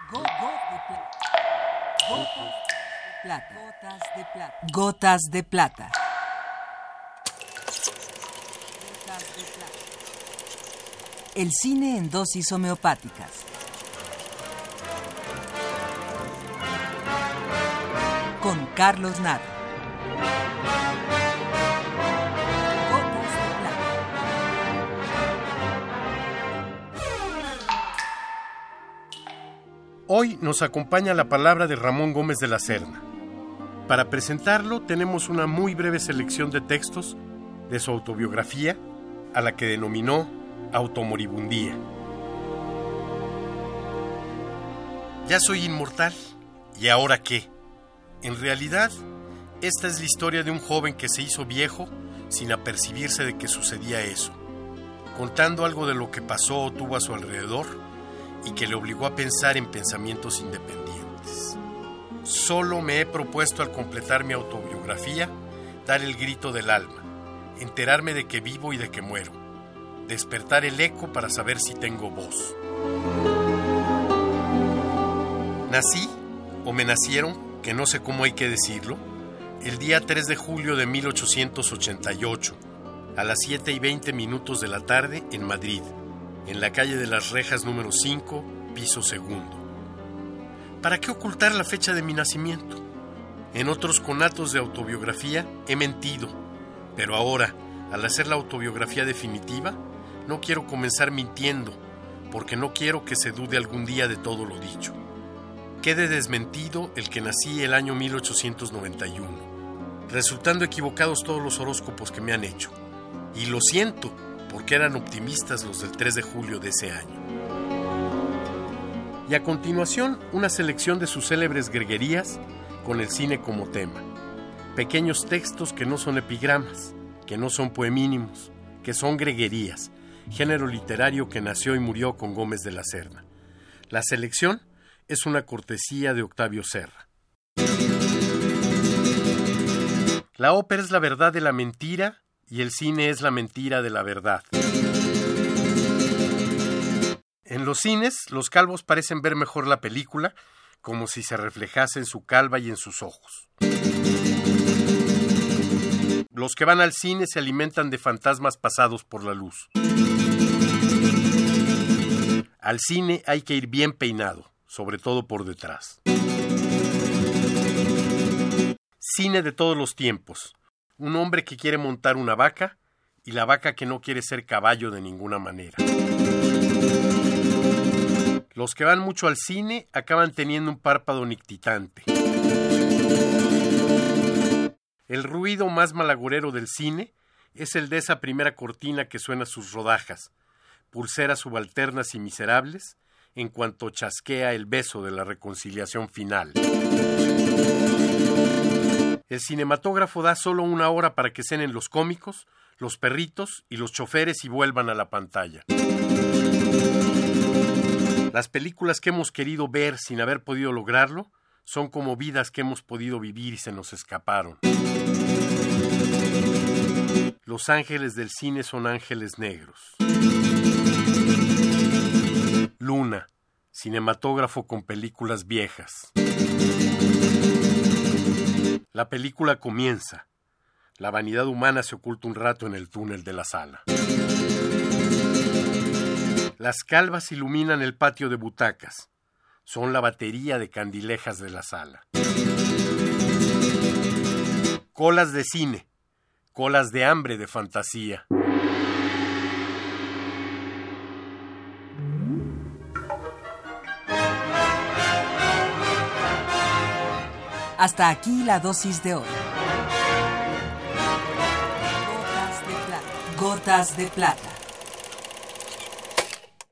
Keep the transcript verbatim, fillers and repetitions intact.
Gotas de plata. El cine en dosis homeopáticas. Con Carlos Narro. Gotas de plata. Hoy nos acompaña la palabra de Ramón Gómez de la Serna. Para presentarlo tenemos una muy breve selección de textos de su autobiografía, a la que denominó Automoribundía. Ya soy inmortal, ¿y ahora qué? En realidad, esta es la historia de un joven que se hizo viejo sin apercibirse de que sucedía eso, contando algo de lo que pasó o tuvo a su alrededor y que le obligó a pensar en pensamientos independientes. Solo me he propuesto al completar mi autobiografía dar el grito del alma, enterarme de que vivo y de que muero, despertar el eco para saber si tengo voz. Nací, o me nacieron, que no sé cómo hay que decirlo, el día tres de julio de mil ochocientos ochenta y ocho, a las siete y veinte minutos de la tarde en Madrid, en la calle de las Rejas número cinco, piso segundo. ¿Para qué ocultar la fecha de mi nacimiento? En otros conatos de autobiografía he mentido, pero ahora, al hacer la autobiografía definitiva, no quiero comenzar mintiendo, porque no quiero que se dude algún día de todo lo dicho. Quede desmentido el que nací el año mil ochocientos noventa y uno, resultando equivocados todos los horóscopos que me han hecho. Y lo siento, porque eran optimistas los del tres de julio de ese año. Y a continuación, una selección de sus célebres greguerías con el cine como tema. Pequeños textos que no son epigramas, que no son poemínimos, que son greguerías, género literario que nació y murió con Gómez de la Serna. La selección es una cortesía de Octavio Serra. La ópera es la verdad de la mentira y el cine es la mentira de la verdad. En los cines, los calvos parecen ver mejor la película, como si se reflejase en su calva y en sus ojos. Los que van al cine se alimentan de fantasmas pasados por la luz. Al cine hay que ir bien peinado, sobre todo por detrás. Cine de todos los tiempos. Un hombre que quiere montar una vaca y la vaca que no quiere ser caballo de ninguna manera. Los que van mucho al cine acaban teniendo un párpado nictitante. El ruido más malagorero del cine es el de esa primera cortina que suena sus rodajas, pulseras subalternas y miserables, en cuanto chasquea el beso de la reconciliación final. El cinematógrafo da solo una hora para que cenen los cómicos, los perritos y los choferes y vuelvan a la pantalla. Las películas que hemos querido ver sin haber podido lograrlo son como vidas que hemos podido vivir y se nos escaparon. Los ángeles del cine son ángeles negros. Luna, cinematógrafo con películas viejas. La película comienza. La vanidad humana se oculta un rato en el túnel de la sala. Las calvas iluminan el patio de butacas. Son la batería de candilejas de la sala. Colas de cine. Colas de hambre de fantasía. Hasta aquí la dosis de hoy. Gotas de plata. Gotas de plata.